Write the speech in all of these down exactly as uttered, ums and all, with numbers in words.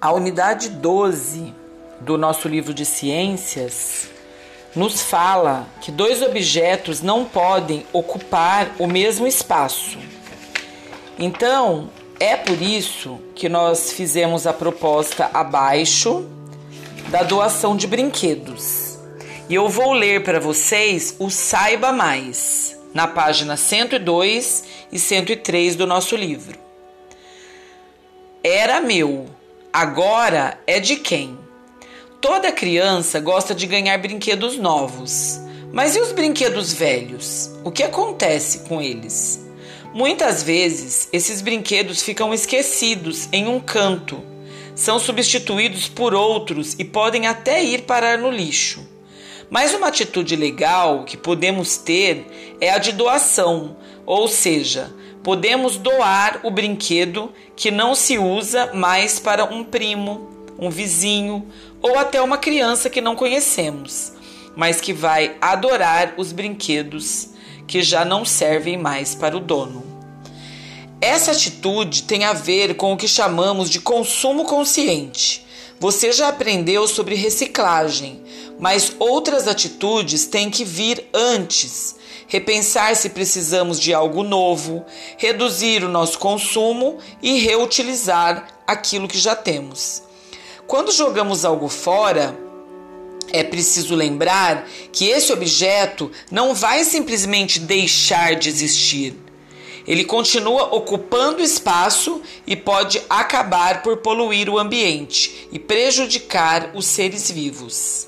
A unidade doze do nosso livro de ciências nos fala que dois objetos não podem ocupar o mesmo espaço. Então, é por isso que nós fizemos a proposta abaixo da doação de brinquedos. E eu vou ler para vocês o Saiba Mais, na página cento e dois e cento e três do nosso livro. Era meu, agora é de quem? Toda criança gosta de ganhar brinquedos novos. Mas e os brinquedos velhos? O que acontece com eles? Muitas vezes, esses brinquedos ficam esquecidos em um canto. São substituídos por outros e podem até ir parar no lixo. Mas uma atitude legal que podemos ter é a de doação, ou seja, podemos doar o brinquedo que não se usa mais para um primo, um vizinho ou até uma criança que não conhecemos, mas que vai adorar os brinquedos que já não servem mais para o dono. Essa atitude tem a ver com o que chamamos de consumo consciente. Você já aprendeu sobre reciclagem, mas outras atitudes têm que vir antes. Repensar se precisamos de algo novo, reduzir o nosso consumo e reutilizar aquilo que já temos. Quando jogamos algo fora, é preciso lembrar que esse objeto não vai simplesmente deixar de existir. Ele continua ocupando espaço e pode acabar por poluir o ambiente e prejudicar os seres vivos.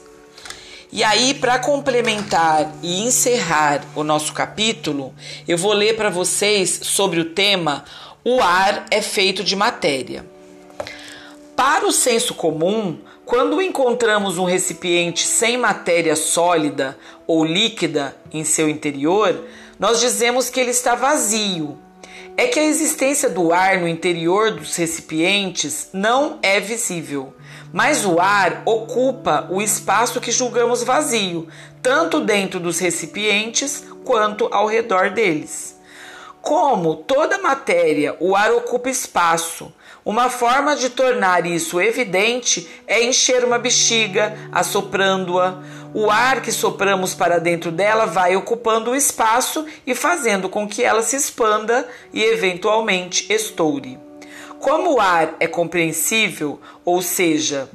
E aí, para complementar e encerrar o nosso capítulo, eu vou ler para vocês sobre o tema O ar é feito de matéria. Para o senso comum, quando encontramos um recipiente sem matéria sólida ou líquida em seu interior, nós dizemos que ele está vazio. É que a existência do ar no interior dos recipientes não é visível, mas o ar ocupa o espaço que julgamos vazio, tanto dentro dos recipientes quanto ao redor deles. Como toda matéria, o ar ocupa espaço. Uma forma de tornar isso evidente é encher uma bexiga, assoprando-a. O ar que sopramos para dentro dela vai ocupando o espaço e fazendo com que ela se expanda e eventualmente estoure. Como o ar é compreensível, ou seja,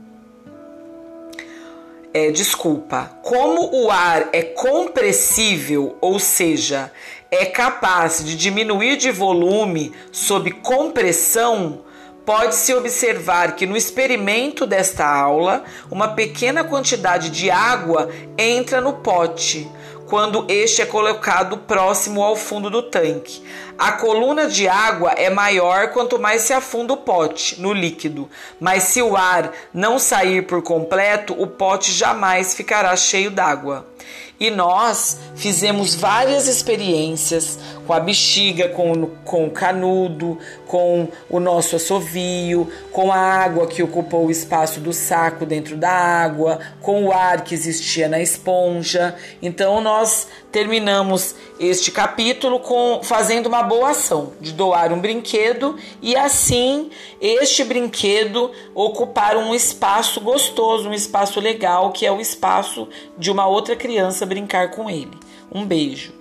é, desculpa, como o ar é compressível, ou seja, é capaz de diminuir de volume sob compressão, pode-se observar que no experimento desta aula, uma pequena quantidade de água entra no pote, quando este é colocado próximo ao fundo do tanque. A coluna de água é maior quanto mais se afunda o pote no líquido, mas se o ar não sair por completo, o pote jamais ficará cheio d'água. E nós fizemos várias experiências com a bexiga, com, com o canudo, com o nosso assovio, com a água que ocupou o espaço do saco dentro da água, com o ar que existia na esponja. Então nós terminamos este capítulo com, fazendo uma boa ação de doar um brinquedo e assim este brinquedo ocupar um espaço gostoso, um espaço legal, que é o espaço de uma outra criança brincar com ele. Um beijo.